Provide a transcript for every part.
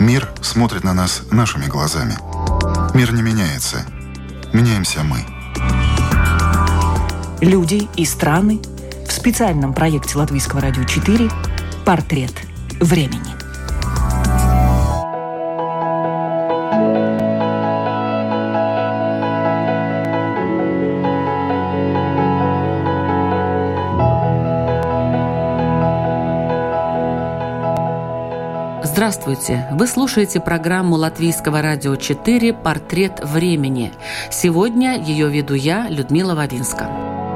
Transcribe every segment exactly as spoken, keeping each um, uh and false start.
Мир смотрит на нас нашими глазами. Мир не меняется. Меняемся мы. Люди и страны в специальном проекте Латвийского радио четыре «Портрет времени». Здравствуйте! Вы слушаете программу Латвийского радио четыре «Портрет времени». Сегодня ее веду я, Людмила Вавинска.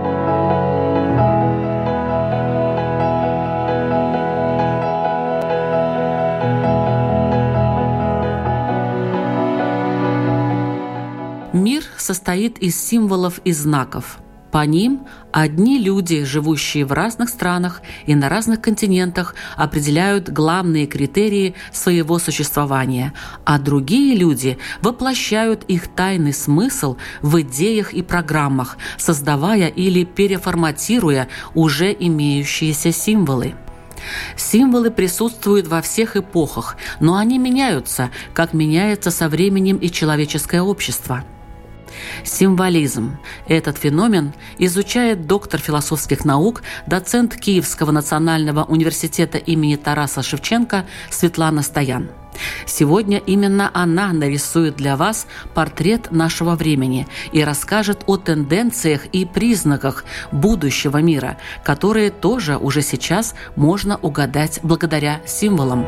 Мир состоит из символов и знаков. По ним одни люди, живущие в разных странах и на разных континентах, определяют главные критерии своего существования, а другие люди воплощают их тайный смысл в идеях и программах, создавая или переформатируя уже имеющиеся символы. Символы присутствуют во всех эпохах, но они меняются, как меняется со временем и человеческое общество. Символизм. Этот феномен изучает доктор философских наук, доцент Киевского национального университета имени Тараса Шевченко Светлана Стоян. Сегодня именно она нарисует для вас портрет нашего времени и расскажет о тенденциях и признаках будущего мира, которые тоже уже сейчас можно угадать благодаря символам.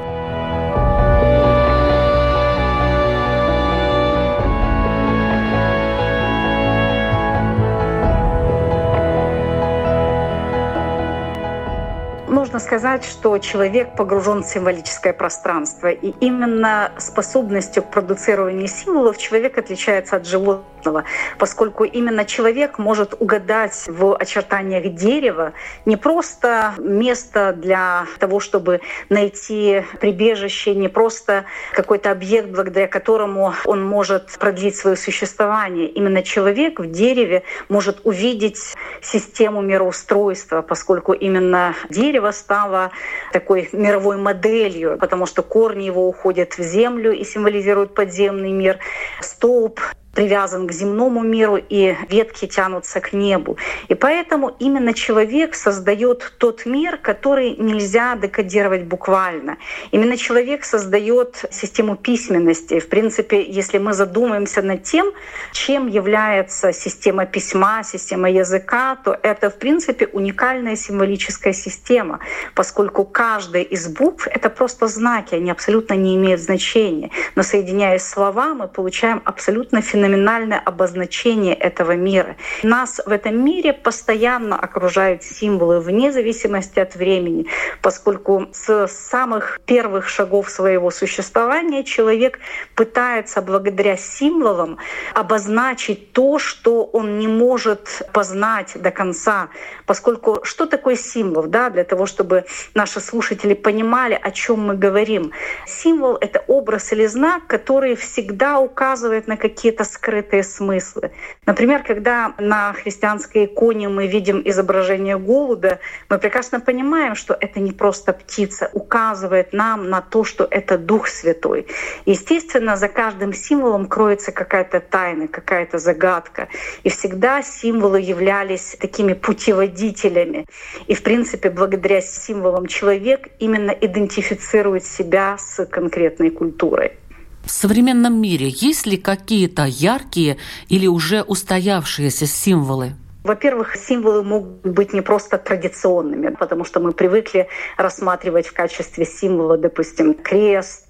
Можно сказать, что человек погружен в символическое пространство, и именно способностью к продуцированию символов человек отличается от животного, поскольку именно человек может угадать в очертаниях дерева не просто место для того, чтобы найти прибежище, не просто какой-то объект, благодаря которому он может продлить свое существование. Именно человек в дереве может увидеть систему мироустройства, поскольку именно дерево стало такой мировой моделью, потому что корни его уходят в землю и символизируют подземный мир. Столб привязан к земному миру, и ветки тянутся к небу. И поэтому именно человек создает тот мир, который нельзя декодировать буквально. Именно человек создает систему письменности. В принципе, если мы задумаемся над тем, чем является система письма, система языка, то это, в принципе, уникальная символическая система, поскольку каждая из букв — это просто знаки, они абсолютно не имеют значения. Но соединяя слова, мы получаем абсолютно феноменальное феноменальное обозначение этого мира. Нас в этом мире постоянно окружают символы вне зависимости от времени, поскольку с самых первых шагов своего существования человек пытается благодаря символам обозначить то, что он не может познать до конца. Поскольку что такое символ? Да, для того, чтобы наши слушатели понимали, о чем мы говорим. Символ — это образ или знак, который всегда указывает на какие-то скрытые смыслы. Например, когда на христианской иконе мы видим изображение голубя, мы прекрасно понимаем, что это не просто птица, указывает нам на то, что это Дух Святой. Естественно, за каждым символом кроется какая-то тайна, какая-то загадка. И всегда символы являлись такими путеводителями. И, в принципе, благодаря символам человек именно идентифицирует себя с конкретной культурой. В современном мире есть ли какие-то яркие или уже устоявшиеся символы? Во-первых, символы могут быть не просто традиционными, потому что мы привыкли рассматривать в качестве символа, допустим, крест,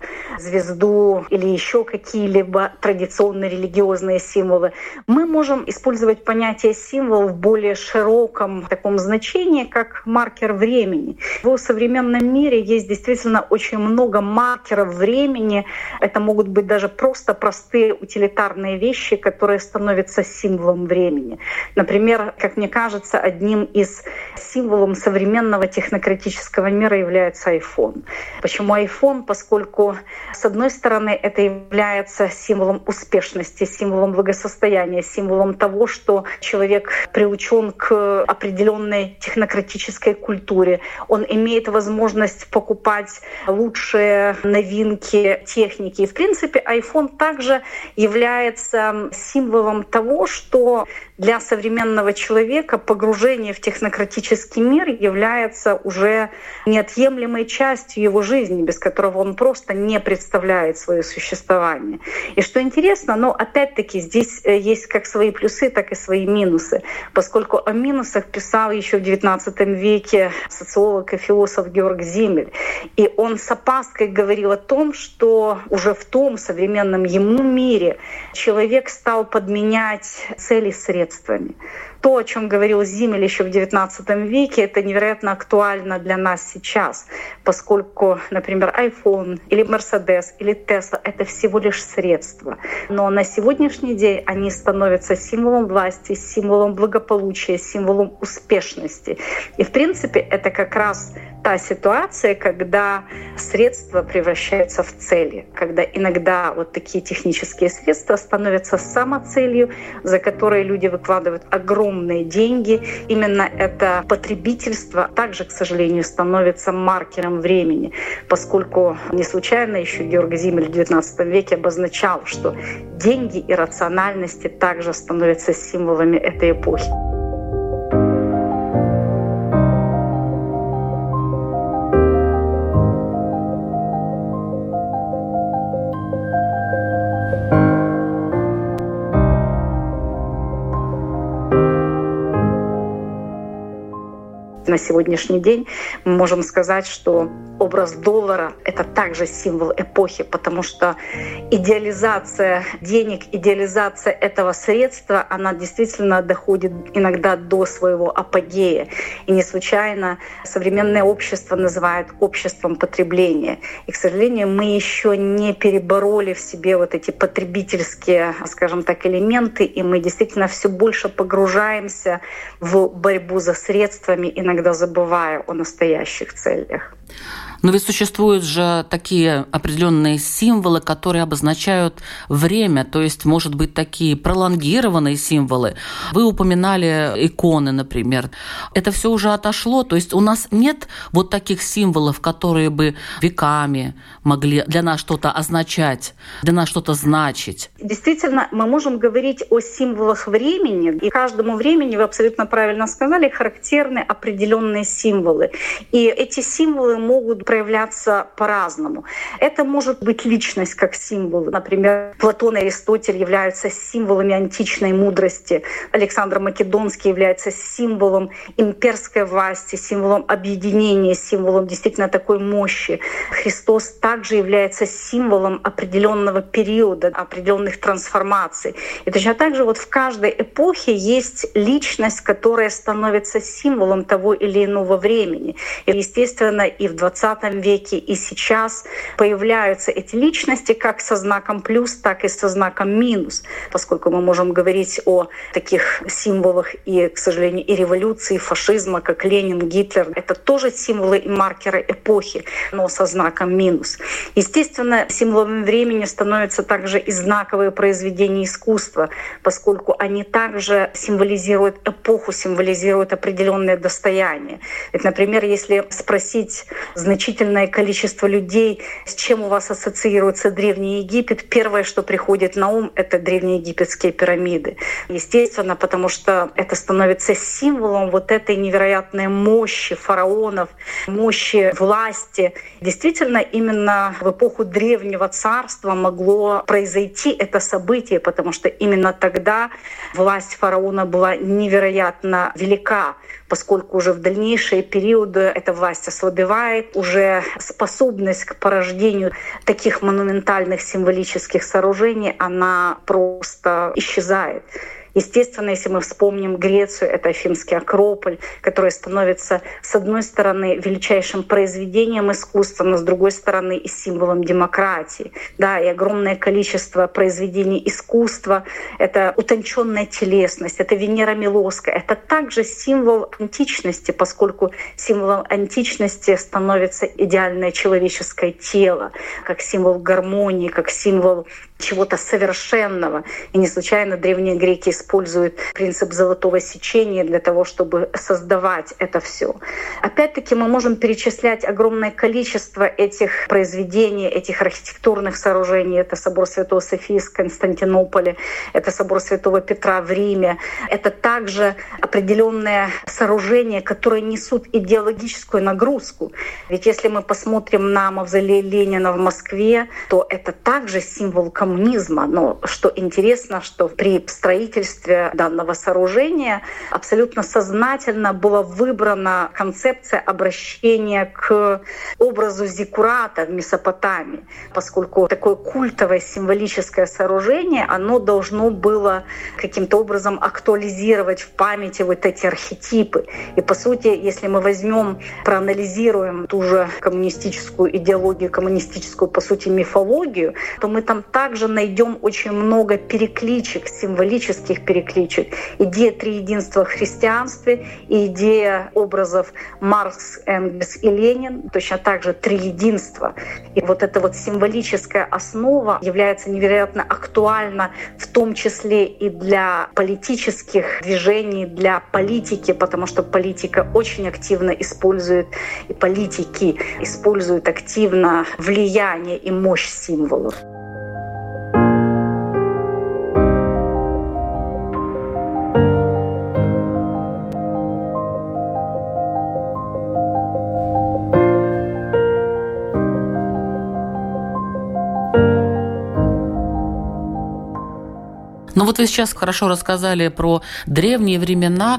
звезду или еще какие-либо традиционные религиозные символы. Мы можем использовать понятие символ в более широком таком значении, как маркер времени. В современном мире есть действительно очень много маркеров времени. Это могут быть даже просто простые утилитарные вещи, которые становятся символом времени. Например, например, как мне кажется, одним из символов современного технократического мира является iPhone. Почему iPhone? Поскольку, с одной стороны, это является символом успешности, символом благосостояния, символом того, что человек приучен к определенной технократической культуре. Он имеет возможность покупать лучшие новинки техники. И, в принципе, iPhone также является символом того, что для современного человека погружение в технократический мир является уже неотъемлемой частью его жизни, без которого он просто не представляет свое существование. И что интересно, но опять-таки здесь есть как свои плюсы, так и свои минусы, поскольку о минусах писал еще в девятнадцатом веке социолог и философ Георг Зиммель. И он с опаской говорил о том, что уже в том современном ему мире человек стал подменять цели средствами. То, о чем говорил Зиммель еще в девятнадцатом веке, это невероятно актуально для нас сейчас, поскольку, например, iPhone или Mercedes или Tesla — это всего лишь средства. Но на сегодняшний день они становятся символом власти, символом благополучия, символом успешности. И, в принципе, это как раз та ситуация, когда средства превращаются в цели, когда иногда вот такие технические средства становятся самоцелью, за которые люди выкладывают огромные деньги. Именно это потребительство также, к сожалению, становится маркером времени, поскольку не случайно еще Георг Зиммель в девятнадцатом веке обозначал, что деньги и рациональности также становятся символами этой эпохи. На сегодняшний день мы можем сказать, что образ доллара — это также символ эпохи, потому что идеализация денег, идеализация этого средства, она действительно доходит иногда до своего апогея. И не случайно современное общество называют обществом потребления. И, к сожалению, мы еще не перебороли в себе вот эти потребительские, скажем так, элементы, и мы действительно все больше погружаемся в борьбу за средствами, иногда забывая о настоящих целях. Но ведь существуют же такие определенные символы, которые обозначают время, то есть, может быть, такие пролонгированные символы. Вы упоминали иконы, например. Это все уже отошло, то есть у нас нет вот таких символов, которые бы веками могли для нас что-то означать, для нас что-то значить. Действительно, мы можем говорить о символах времени, и каждому времени, вы абсолютно правильно сказали, характерны определенные символы. И эти символы могут проявляться по-разному. Это может быть личность как символ. Например, Платон и Аристотель являются символами античной мудрости. Александр Македонский является символом имперской власти, символом объединения, символом действительно такой мощи. Христос также является символом определенного периода, определенных трансформаций. И точно так же вот в каждой эпохе есть личность, которая становится символом того или иного времени. И, естественно, и в двадцатом веке, и сейчас появляются эти личности как со знаком плюс, так и со знаком минус, поскольку мы можем говорить о таких символах и, к сожалению, и революции, и фашизма, как Ленин, Гитлер. Это тоже символы и маркеры эпохи, но со знаком минус. Естественно, символами времени становятся также и знаковые произведения искусства, поскольку они также символизируют эпоху, символизируют определенное достояние. Ведь, например, если спросить значительное количество людей, с чем у вас ассоциируется Древний Египет, первое, что приходит на ум, это древнеегипетские пирамиды. Естественно, потому что это становится символом вот этой невероятной мощи фараонов, мощи власти. Действительно, именно в эпоху Древнего Царства могло произойти это событие, потому что именно тогда власть фараона была невероятно велика, поскольку уже в дальнейшие периоды эта власть ослабевает, уже способность к порождению таких монументальных символических сооружений, она просто исчезает. Естественно, если мы вспомним Грецию, это Афинский Акрополь, который становится, с одной стороны, величайшим произведением искусства, но с другой стороны и символом демократии. Да, и огромное количество произведений искусства — это утонченная телесность, это Венера Милосская, это также символ античности, поскольку символом античности становится идеальное человеческое тело, как символ гармонии, как символ чего-то совершенного. И не случайно древние греки используют принцип золотого сечения для того, чтобы создавать это все. Опять-таки мы можем перечислять огромное количество этих произведений, этих архитектурных сооружений. Это собор Святого Софии в Константинополе, это собор Святого Петра в Риме. Это также определенные сооружения, которые несут идеологическую нагрузку. Ведь если мы посмотрим на мавзолей Ленина в Москве, то это также символ коммунизма. коммунизма. Но что интересно, что при строительстве данного сооружения абсолютно сознательно была выбрана концепция обращения к образу зиккурата в Месопотамии, поскольку такое культовое символическое сооружение, оно должно было каким-то образом актуализировать в памяти вот эти архетипы. И по сути, если мы возьмем, проанализируем ту же коммунистическую идеологию, коммунистическую, по сути, мифологию, то мы там также найдем очень много перекличек, символических перекличек. Идея триединства в христианстве и идея образов Маркс, Энгельс и Ленин, точно так же триединство. И вот эта вот символическая основа является невероятно актуальна, в том числе и для политических движений, для политики, потому что политика очень активно использует, и политики используют активно влияние и мощь символов. Ну вот вы сейчас хорошо рассказали про древние времена,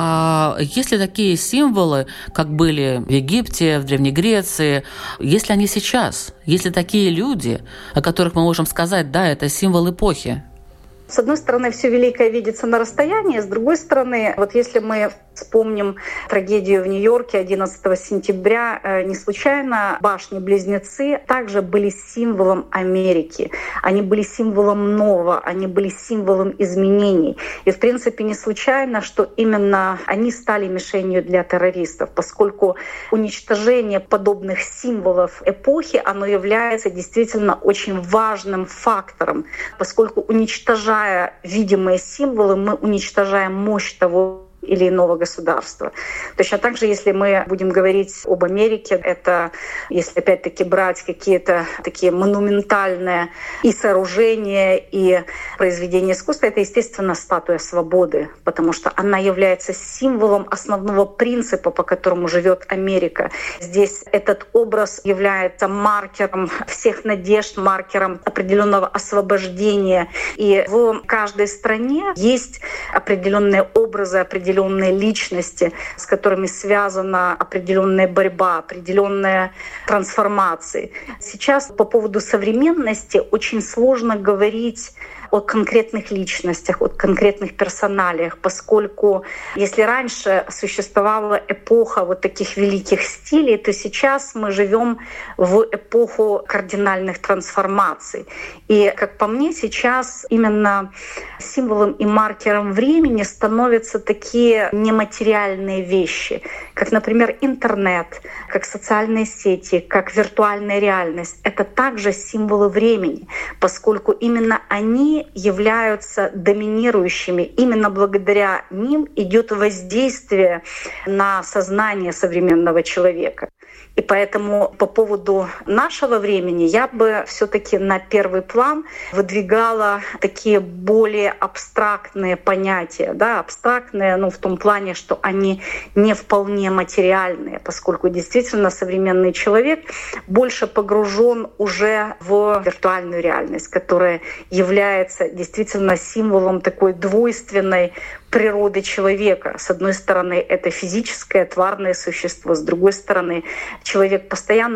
а есть ли такие символы, как были в Египте, в Древней Греции, есть ли они сейчас? Есть ли такие люди, о которых мы можем сказать, да, это символ эпохи? С одной стороны, все великое видится на расстоянии, с другой стороны, вот если мы вспомним трагедию в Нью-Йорке одиннадцатого сентября, не случайно башни-близнецы также были символом Америки. Они были символом нового, они были символом изменений. И, в принципе, не случайно, что именно они стали мишенью для террористов, поскольку уничтожение подобных символов эпохи, оно является действительно очень важным фактором, поскольку, уничтожая видимые символы, мы уничтожаем мощь того или иного государства. Точно так же, если мы будем говорить об Америке, это, если опять-таки брать какие-то такие монументальные и сооружения, и произведения искусства, это, естественно, статуя свободы, потому что она является символом основного принципа, по которому живет Америка. Здесь этот образ является маркером всех надежд, маркером определенного освобождения. И в каждой стране есть определенные образы, определенные определенные личности, с которыми связана определенная борьба, определенные трансформации. Сейчас по поводу современности очень сложно говорить о конкретных личностях, о конкретных персоналиях, поскольку если раньше существовала эпоха вот таких великих стилей, то сейчас мы живем в эпоху кардинальных трансформаций. И, как по мне, сейчас именно символом и маркером времени становятся такие нематериальные вещи, как, например, интернет, как социальные сети, как виртуальная реальность. Это также символы времени, поскольку именно они являются доминирующими. Именно благодаря ним идет воздействие на сознание современного человека. И поэтому по поводу нашего времени я бы все-таки на первый план выдвигала такие более абстрактные понятия. Да, абстрактные, ну, в том плане, что они не вполне материальные, поскольку действительно современный человек больше погружен уже в виртуальную реальность, которая является действительно символом такой двойственной природы человека. С одной стороны, это физическое, тварное существо, с другой стороны, человек постоянно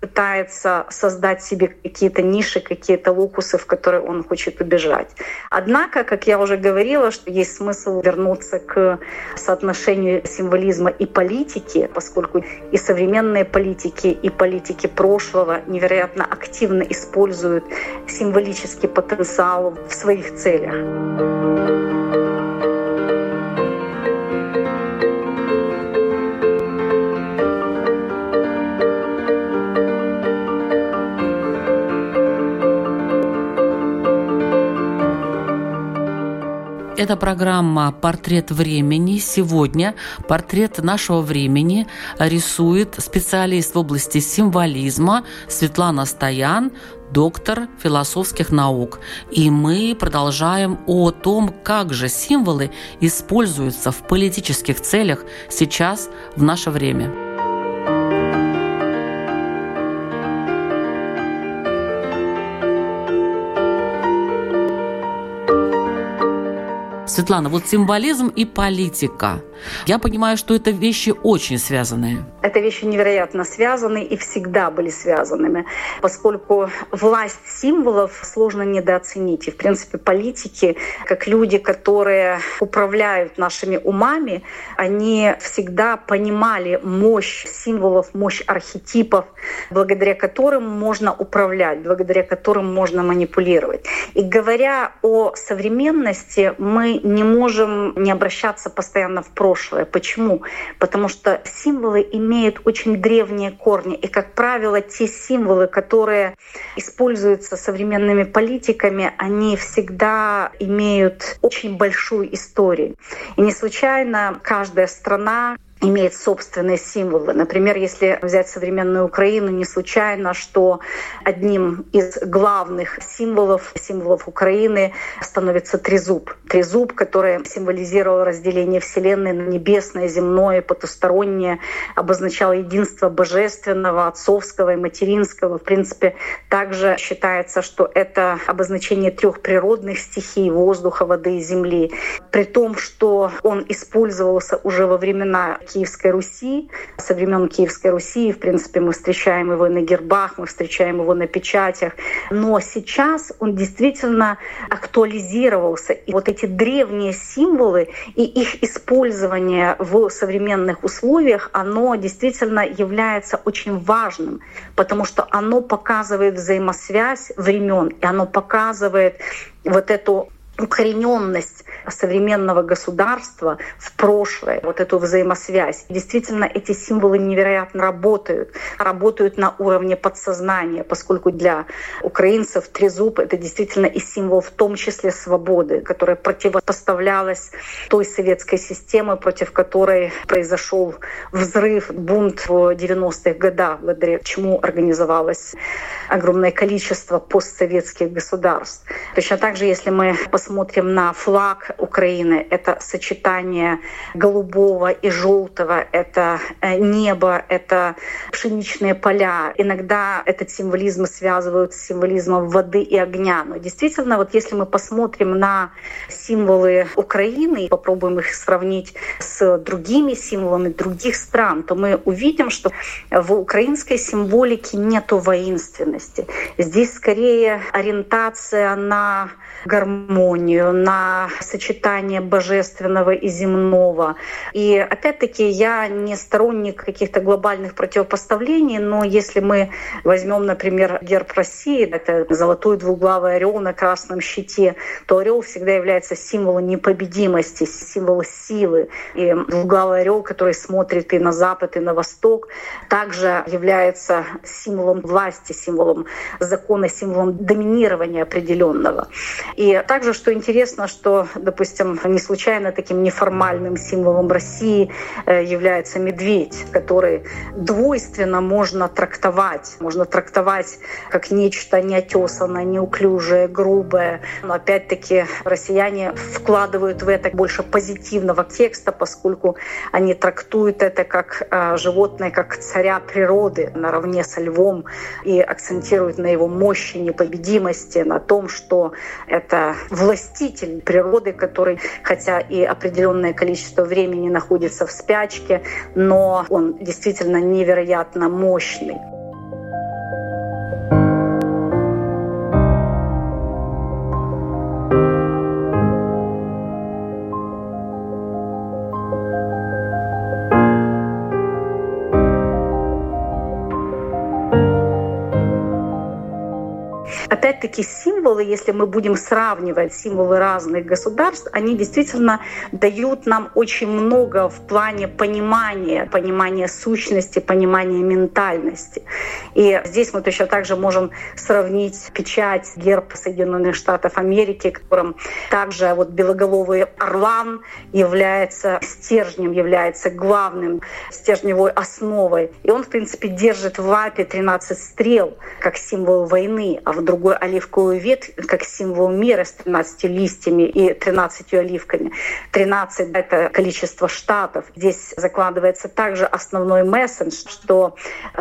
пытается создать себе какие-то ниши, какие-то локусы, в которые он хочет убежать. Однако, как я уже говорила, что есть смысл вернуться к соотношению символизма и политики, поскольку и современные политики, и политики прошлого невероятно активно используют символический потенциал в своих целях. Это программа «Портрет времени». Сегодня портрет нашего времени рисует специалист в области символизма Светлана Стоян, доктор философских наук. И мы продолжаем о том, как же символы используются в политических целях сейчас, в наше время. Светлана, вот символизм и политика. Я понимаю, что это вещи очень связанные. Это вещи невероятно связаны и всегда были связанными, поскольку власть символов сложно недооценить. И, в принципе, политики, как люди, которые управляют нашими умами, они всегда понимали мощь символов, мощь архетипов, благодаря которым можно управлять, благодаря которым можно манипулировать. И говоря о современности, мы не можем не обращаться постоянно в прошлое. Почему? Потому что символы имеют очень древние корни. И, как правило, те символы, которые используются современными политиками, они всегда имеют очень большую историю. И не случайно каждая страна имеет собственные символы. Например, если взять современную Украину, не случайно, что одним из главных символов, символов Украины становится трезуб. Трезуб, который символизировал разделение Вселенной на небесное, земное, потустороннее, обозначал единство божественного, отцовского и материнского. В принципе, также считается, что это обозначение трех природных стихий — воздуха, воды и земли. При том, что он использовался уже во времена Киевской Руси, со времен Киевской Руси, в принципе, мы встречаем его на гербах, мы встречаем его на печатях, но сейчас он действительно актуализировался. И вот эти древние символы и их использование в современных условиях, оно действительно является очень важным, потому что оно показывает взаимосвязь времен, и оно показывает вот эту укорененность современного государства в прошлое, вот эту взаимосвязь. Действительно, эти символы невероятно работают, работают на уровне подсознания, поскольку для украинцев трезуб — это действительно и символ в том числе свободы, которая противопоставлялась той советской системе, против которой произошел взрыв, бунт в девяностых годах, благодаря чему организовалось огромное количество постсоветских государств. Точно так же, если мы посмотрим Смотрим на флаг Украины. Это сочетание голубого и желтого, это небо, это пшеничные поля. Иногда этот символизм связывают с символизмом воды и огня. Но действительно, вот если мы посмотрим на символы Украины и попробуем их сравнить с другими символами других стран, то мы увидим, что в украинской символике нету воинственности. Здесь скорее ориентация на гармонию, на сочетание божественного и земного. И опять-таки я не сторонник каких-то глобальных противопоставлений, но если мы возьмем, например, герб России, это золотой двуглавый орел на красном щите, то орел всегда является символом непобедимости, символом силы. И двуглавый орел, который смотрит и на запад, и на восток, также является символом власти, символом закона, символом доминирования определенного. И также, что интересно, что, допустим, не случайно таким неформальным символом России является медведь, который двойственно можно трактовать. Можно трактовать как нечто неотесанное, неуклюжее, грубое. Но опять-таки россияне вкладывают в это больше позитивного текста, поскольку они трактуют это как животное, как царя природы наравне со львом и акцентируют на его мощи, непобедимости, на том, что это властитель природы, который, хотя и определенное количество времени находится в спячке, но он действительно невероятно мощный. Опять-таки символы, если мы будем сравнивать символы разных государств, они действительно дают нам очень много в плане понимания, понимания сущности, понимания ментальности. И здесь мы точно так же можем сравнить печать, герб Соединенных Штатов Америки, которым также вот белоголовый орлан является стержнем, является главным стержневой основой. И он, в принципе, держит в лапе тринадцать стрел, как символ войны, а в другой оливковую ветвь, как символ мира с тринадцатью листьями и тринадцатью оливками. тринадцать — это количество штатов. Здесь закладывается также основной месседж, что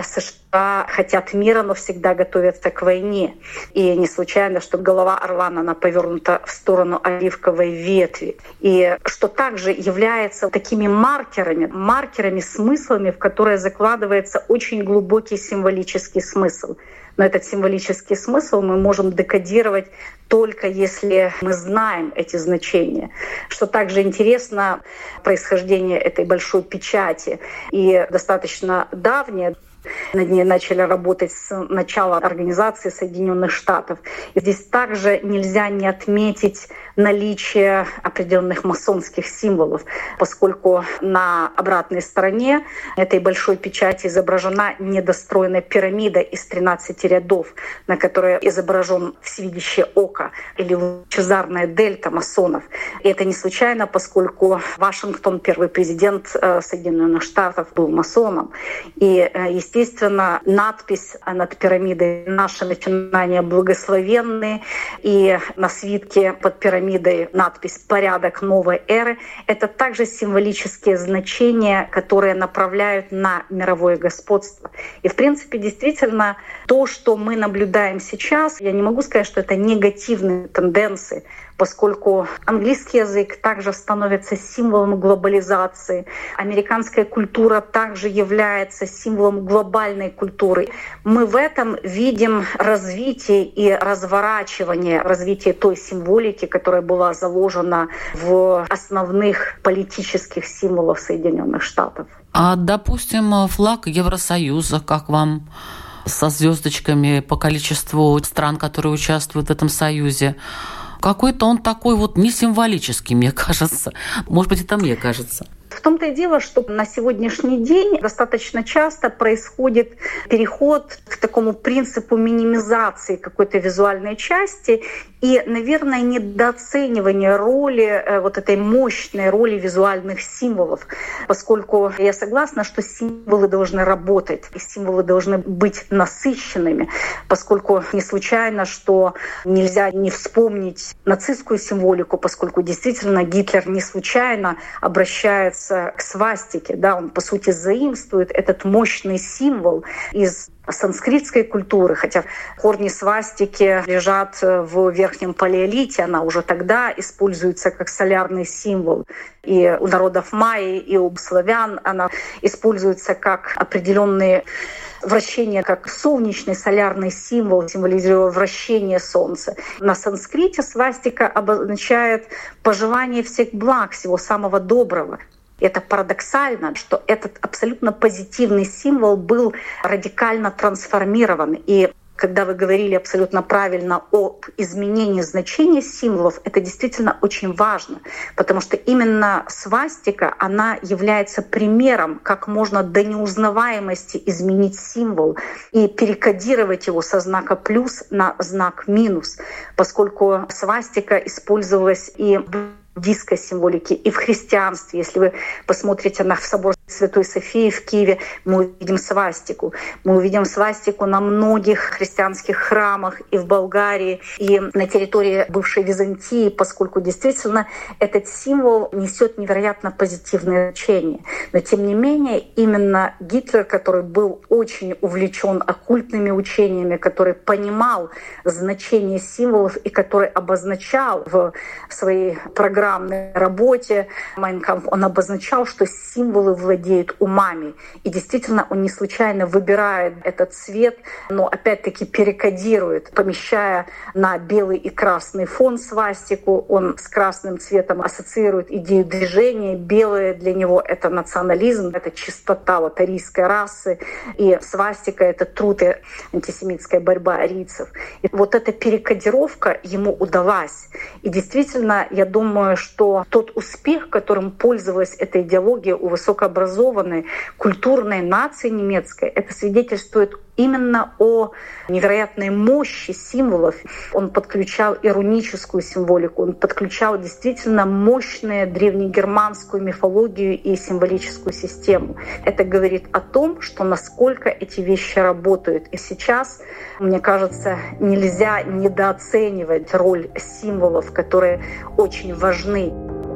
США хотят мира, но всегда готовятся к войне. И не случайно, что голова орлана, она повернута в сторону оливковой ветви. И что также является такими маркерами, маркерами, смыслами, в которые закладывается очень глубокий символический смысл. Но этот символический смысл мы можем декодировать только если мы знаем эти значения. Что также интересно, происхождение этой большой печати и достаточно давнее. Над ней начали работать с начала Организации Соединенных Штатов. И здесь также нельзя не отметить наличие определенных масонских символов, поскольку на обратной стороне этой большой печати изображена недостроенная пирамида из тринадцати рядов, на которой изображен всевидящее око или лучезарная дельта масонов. И это не случайно, поскольку Вашингтон, первый президент Соединенных Штатов, был масоном. И, естественно, надпись над пирамидой «Наши начинания благословенны», и на свитке под пирамидой надпись «Порядок новой эры» — это также символические значения, которые направляют на мировое господство. И, в принципе, действительно, то, что мы наблюдаем сейчас, я не могу сказать, что это негативные тенденции, поскольку английский язык также становится символом глобализации. Американская культура также является символом глобальной культуры. Мы в этом видим развитие и разворачивание, развитие той символики, которая была заложена в основных политических символах Соединенных Штатов. А, допустим, флаг Евросоюза, как вам, со звездочками по количеству стран, которые участвуют в этом союзе? Какой-то он такой вот не символический, мне кажется. Может быть, это мне кажется. В том-то и дело, что на сегодняшний день достаточно часто происходит переход к такому принципу минимизации какой-то визуальной части и, наверное, недооценивание роли, вот этой мощной роли визуальных символов, поскольку я согласна, что символы должны работать, и символы должны быть насыщенными, поскольку не случайно, что нельзя не вспомнить нацистскую символику, поскольку действительно Гитлер не случайно обращается к свастике, да, он по сути заимствует этот мощный символ из санскритской культуры, хотя корни свастики лежат в верхнем палеолите, она уже тогда используется как солярный символ. И у народов майя, и у славян она используется как определенные вращение, как солнечный солярный символ, символизируя вращение Солнца. На санскрите свастика обозначает пожелание всех благ, всего самого доброго. Это парадоксально, что этот абсолютно позитивный символ был радикально трансформирован. И когда вы говорили абсолютно правильно об изменении значения символов, это действительно очень важно, потому что именно свастика, она является примером, как можно до неузнаваемости изменить символ и перекодировать его со знака плюс на знак минус, поскольку свастика использовалась и в буддийской символике, и в христианстве. Если вы посмотрите на собор Святой Софии в Киеве, мы увидим свастику. Мы увидим свастику на многих христианских храмах и в Болгарии, и на территории бывшей Византии, поскольку действительно этот символ несет невероятно позитивное значение. Но тем не менее, именно Гитлер, который был очень увлечен оккультными учениями, который понимал значение символов и который обозначал в своей программе работе «Mein Kampf», он обозначал, что символы владеют владеют умами. И действительно, он не случайно выбирает этот цвет, но опять-таки перекодирует, помещая на белый и красный фон свастику. Он с красным цветом ассоциирует идею движения. Белое для него — это национализм, это чистота вот арийской расы. И свастика — это труд и антисемитская борьба арийцев. И вот эта перекодировка ему удалась. И действительно, я думаю, что тот успех, которым пользовалась эта идеология у высокообразованной культурной нации немецкой, это свидетельствует именно о невероятной мощи символов. Он подключал ироническую символику, он подключал действительно мощную древнегерманскую мифологию и символическую систему. Это говорит о том, что насколько эти вещи работают. И сейчас, мне кажется, нельзя недооценивать роль символов, которые очень важны.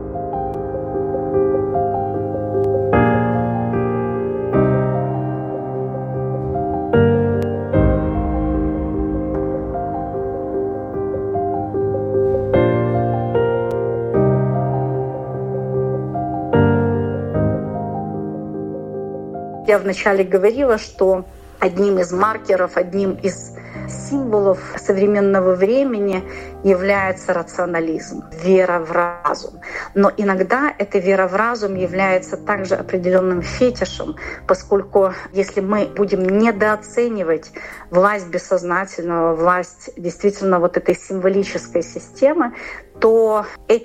Я вначале говорила, что одним из маркеров, одним из символов современного времени является рационализм, вера в разум. Но иногда эта вера в разум является также определенным фетишем, поскольку если мы будем недооценивать власть бессознательного, власть действительно вот этой символической системы, то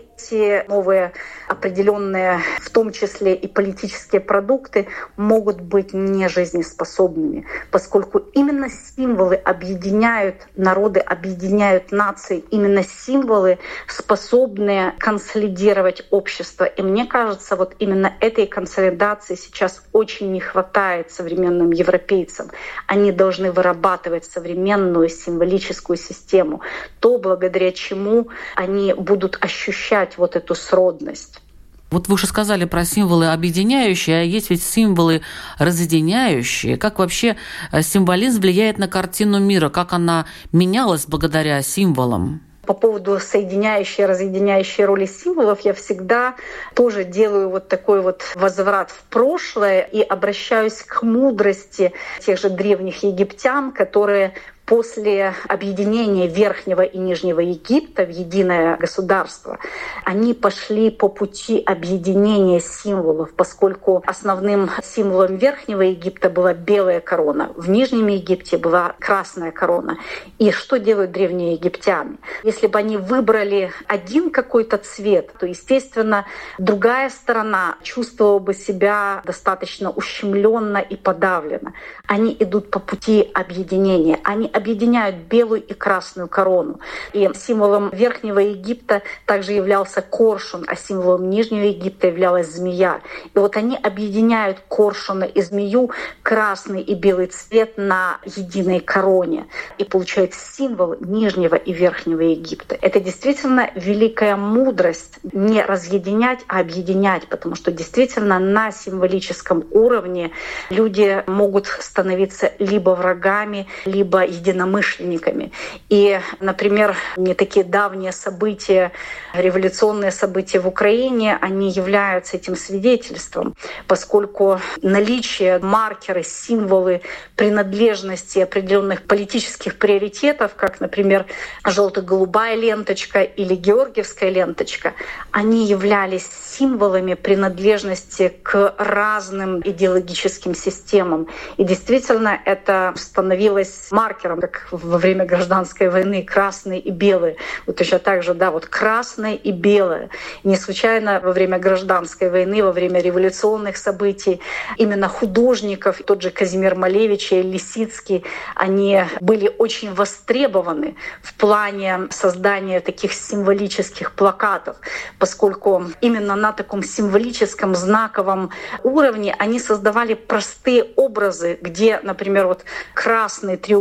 эти новые определенные, в том числе и политические продукты, могут быть нежизнеспособными, поскольку именно символы объединяют народы, объединяют нации, именно символы способны консолидировать общество. И мне кажется, вот именно этой консолидации сейчас очень не хватает современным европейцам. Они должны вырабатывать современную символическую систему, то, благодаря чему они будут ощущать вот эту сродность. Вот вы уже сказали про символы объединяющие, а есть ведь символы разъединяющие. Как вообще символизм влияет на картину мира? Как она менялась благодаря символам? По поводу соединяющей и разъединяющей роли символов я всегда тоже делаю вот такой вот возврат в прошлое и обращаюсь к мудрости тех же древних египтян, которые после объединения Верхнего и Нижнего Египта в единое государство, они пошли по пути объединения символов, поскольку основным символом Верхнего Египта была белая корона, в Нижнем Египте была красная корона. И что делают древние египтяне? Если бы они выбрали один какой-то цвет, то, естественно, другая сторона чувствовала бы себя достаточно ущемленно и подавленно. Они идут по пути объединения. Они объединяют белую и красную корону. И символом Верхнего Египта также являлся коршун, а символом Нижнего Египта являлась змея. И вот они объединяют коршуна и змею, красный и белый цвет на единой короне. И получают символ Нижнего и Верхнего Египта. Это действительно великая мудрость не разъединять, а объединять, потому что действительно на символическом уровне люди могут становиться либо врагами, либо единомышленниками. И, например, не такие давние события, революционные события в Украине, они являются этим свидетельством, поскольку наличие маркеры, символы принадлежности определенных политических приоритетов, как, например, желто-голубая ленточка или георгиевская ленточка, они являлись символами принадлежности к разным идеологическим системам. И действительно это становилось маркером, как во время гражданской войны, красный и белый. Вот точно так же, да, вот красное и белое. Не случайно во время гражданской войны, во время революционных событий именно художников, тот же Казимир Малевич и Лисицкий, они были очень востребованы в плане создания таких символических плакатов, поскольку именно на таком символическом знаковом уровне они создавали простые образы, где, например, вот красный треугольник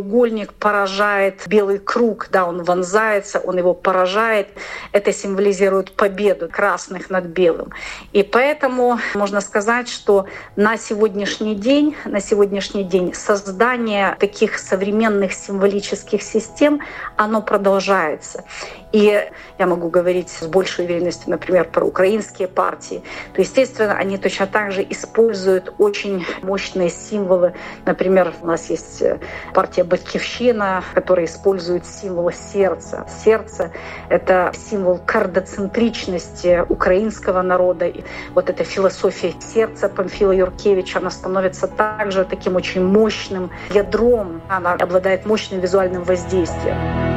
художник поражает белый круг, да, он вонзается, он его поражает. Это символизирует победу красных над белым. И поэтому можно сказать, что на сегодняшний день, на сегодняшний день создание таких современных символических систем, оно продолжается. И я могу говорить с большей уверенностью, например, про украинские партии. То, естественно, они точно так же используют очень мощные символы. Например, у нас есть партия «Батьківщина», которая использует символ сердца. Сердце — это символ кардоцентричности украинского народа. И вот эта философия сердца Памфила Юркевича, она становится также таким очень мощным ядром. Она обладает мощным визуальным воздействием.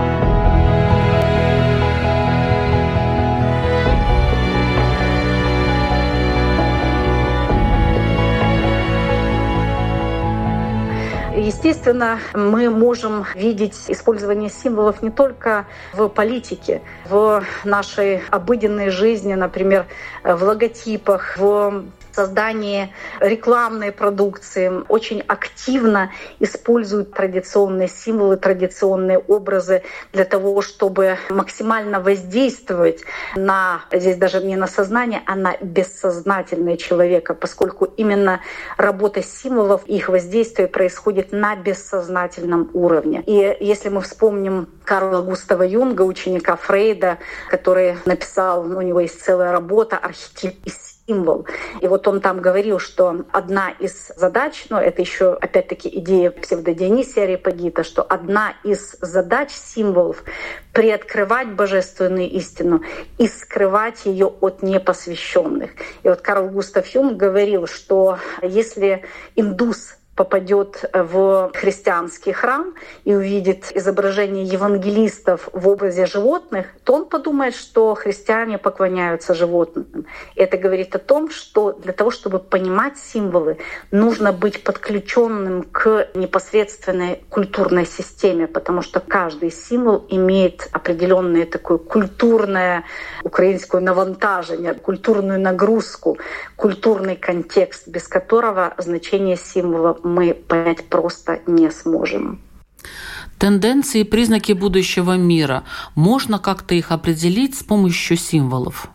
Естественно, мы можем видеть использование символов не только в политике, в нашей обыденной жизни, например, в логотипах, в создании рекламной продукции. Очень активно используют традиционные символы, традиционные образы для того, чтобы максимально воздействовать на, здесь даже не на сознание, а на бессознательное человека, поскольку именно работа символов, их воздействие происходит на бессознательном уровне. И если мы вспомним Карла Густава Юнга, ученика Фрейда, который написал, у него есть целая работа «Архетип и символ». И вот он там говорил, что одна из задач, ну это еще опять-таки идея псевдодионисия Ареопагита, что одна из задач символов — приоткрывать божественную истину и скрывать ее от непосвященных. И вот Карл Густав Юнг говорил, что если индус попадет в христианский храм и увидит изображение евангелистов в образе животных, то он подумает, что христиане поклоняются животным. И это говорит о том, что для того, чтобы понимать символы, нужно быть подключенным к непосредственной культурной системе, потому что каждый символ имеет определенное такое культурное, украинское навантажение, культурную нагрузку, культурный контекст, без которого значение символа мы понять просто не сможем. Тенденции и признаки будущего мира. Можно как-то их определить с помощью символов?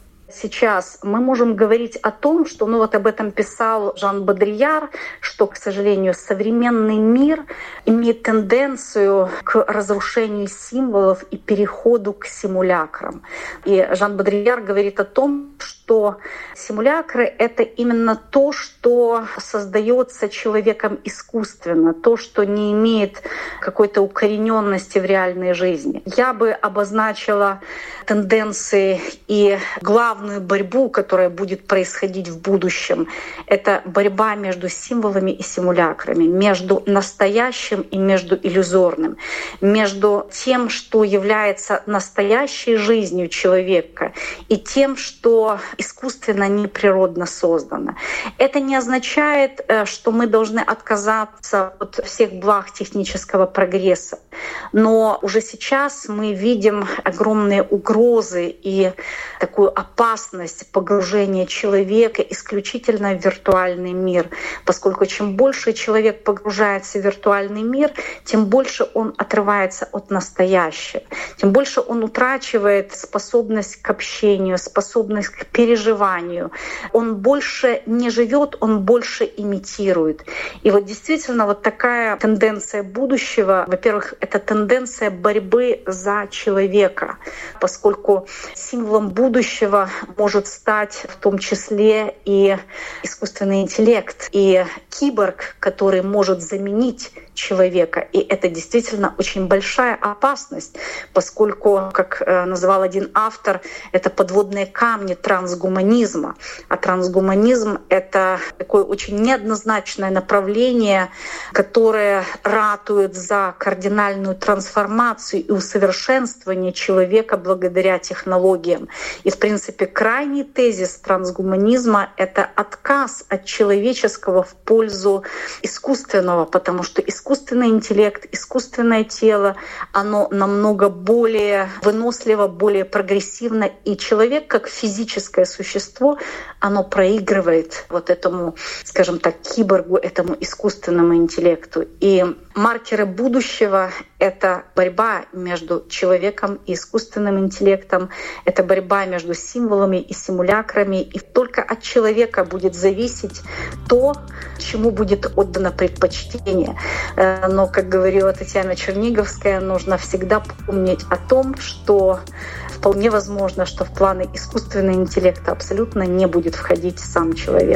Сейчас мы можем говорить о том, что, ну вот об этом писал Жан Бодрияр, что, к сожалению, современный мир имеет тенденцию к разрушению символов и переходу к симулякрам. И Жан Бодрияр говорит о том, что симулякры — это именно то, что создается человеком искусственно, то, что не имеет какой-то укорененности в реальной жизни. Я бы обозначила тенденции и главную борьбу, которая будет происходить в будущем. Это борьба между символами и симулякрами, между настоящим и между иллюзорным, между тем, что является настоящей жизнью человека, и тем, что искусственно, неприродно создано. Это не означает, что мы должны отказаться от всех благ технического прогресса, но уже сейчас мы видим огромные угрозы и такую опасность погружения человека исключительно в виртуальный мир, поскольку чем больше человек погружается в виртуальный мир, тем больше он отрывается от настоящего, тем больше он утрачивает способность к общению, способность к переживанию. Он больше не живет, он больше имитирует. И вот действительно вот такая тенденция будущего, во-первых, это тенденция борьбы за человека, поскольку символом будущего может стать в том числе и искусственный интеллект, и киборг, который может заменить человека. И это действительно очень большая опасность, поскольку, как называл один автор, это подводные камни трансгуманизма. А трансгуманизм — это такое очень неоднозначное направление, которое ратует за кардинальную радикальную трансформацию и усовершенствование человека благодаря технологиям. И, в принципе, крайний тезис трансгуманизма — это отказ от человеческого в пользу искусственного, потому что искусственный интеллект, искусственное тело, оно намного более выносливо, более прогрессивно, и человек как физическое существо, оно проигрывает вот этому, скажем так, киборгу, этому искусственному интеллекту. И маркеры будущего — это борьба между человеком и искусственным интеллектом, это борьба между символами и симулякрами, и только от человека будет зависеть то, чему будет отдано предпочтение. Но, как говорила Татьяна Черниговская, нужно всегда помнить о том, что вполне возможно, что в планы искусственного интеллекта абсолютно не будет входить сам человек.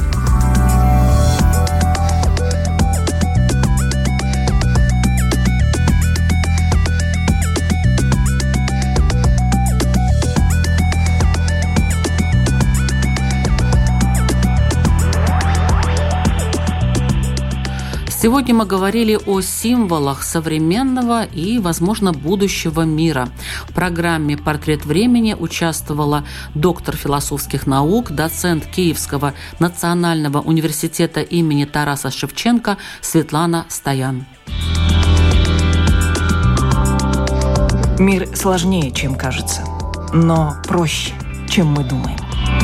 Сегодня мы говорили о символах современного и, возможно, будущего мира. В программе «Портрет времени» участвовала доктор философских наук, доцент Киевского национального университета имени Тараса Шевченко Светлана Стоян. Мир сложнее, чем кажется, но проще, чем мы думаем.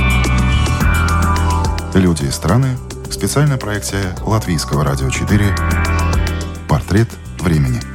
Люди и страны. Специальная проекция Латвийского радио четыре «Портрет времени».